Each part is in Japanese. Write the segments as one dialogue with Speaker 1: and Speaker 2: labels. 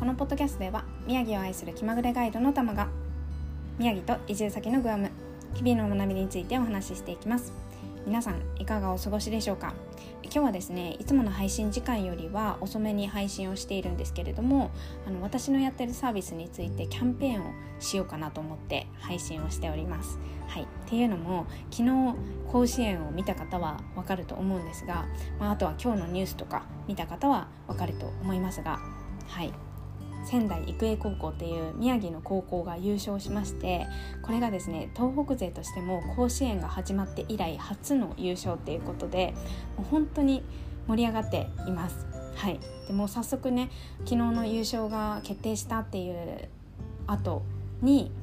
Speaker 1: このポッドキャストでは宮城を愛する気まぐれガイドのたまが宮城と移住先のグアム、日々の学びについてお話ししていきます。皆さんいかがお過ごしでしょうか。今日はですね、いつもの配信時間よりは遅めに配信をしているんですけれども、私のやってるサービスについてキャンペーンをしようかなと思って配信をしております。っていうのも、昨日甲子園を見た方はわかると思うんですが、あとは今日のニュースとか見た方はわかると思いますが、仙台育英高校っていう宮城の高校が優勝しまして、これがですね、東北勢としても甲子園が始まって以来初の優勝っていうことで、もう本当に盛り上がっています。でもう早速ね、昨日の優勝が決定したっていう後に、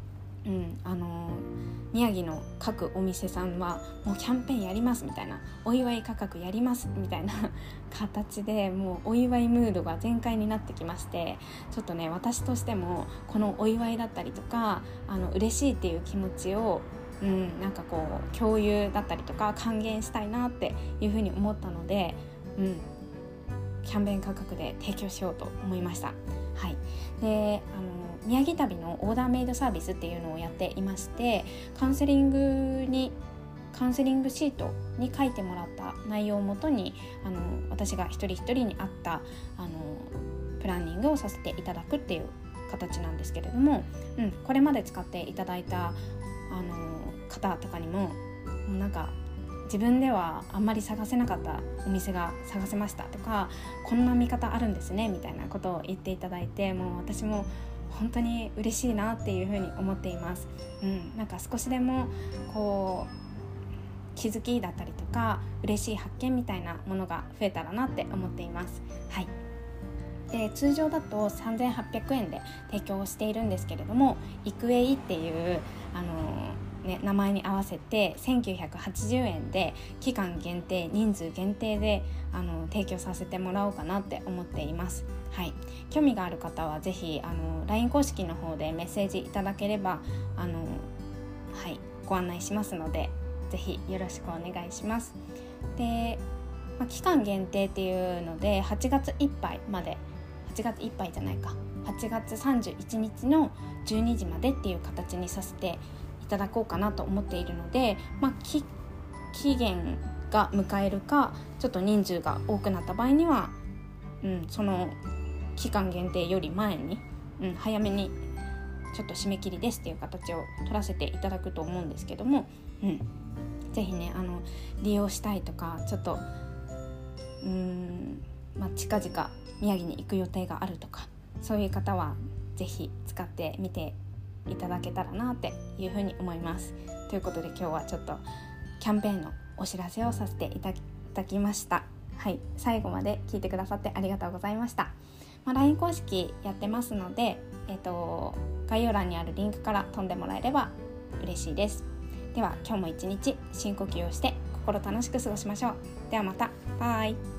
Speaker 1: 宮城の各お店さんはもうキャンペーンやりますみたいな、お祝い価格やりますみたいな形で、もうお祝いムードが全開になってきまして、ちょっとね、私としてもこのお祝いだったりとか、嬉しいっていう気持ちを共有だったりとか還元したいなっていうふうに思ったので、キャンペーン価格で提供しようと思いました。で、宮城旅のオーダーメイドサービスっていうのをやっていまして、カウンセリングシートに書いてもらった内容をもとに、私が一人一人に合ったプランニングをさせていただくっていう形なんですけれども、これまで使っていただいた方とかにも、自分ではあんまり探せなかったお店が探せましたとか、こんな見方あるんですねみたいなことを言っていただいて、もう私も本当に嬉しいなっていうふうに思っています。少しでも気づきだったりとか嬉しい発見みたいなものが増えたらなって思っています。で、通常だと3800円で提供しているんですけれども、イクエイっていう名前に合わせて1980円で期間限定、人数限定で提供させてもらおうかなって思っています。興味がある方はぜひLINE 公式の方でメッセージいただければご案内しますので、ぜひよろしくお願いします。で、期間限定っていうので8月いっぱいまで、8月31日の12時までっていう形にさせていただこうかなと思っているので、期限が迎えるか、ちょっと人数が多くなった場合には、その期間限定より前に、早めにちょっと締め切りですっていう形を取らせていただくと思うんですけども、ぜひね、利用したいとか、ちょっと近々宮城に行く予定があるとか、そういう方はぜひ使ってみていただけたらなっていうふうに思います。ということで、今日はちょっとキャンペーンのお知らせをさせていただきました。最後まで聞いてくださってありがとうございました。LINE 公式やってますので、概要欄にあるリンクから飛んでもらえれば嬉しいです。では、今日も一日深呼吸をして心楽しく過ごしましょう。ではまた。バイ。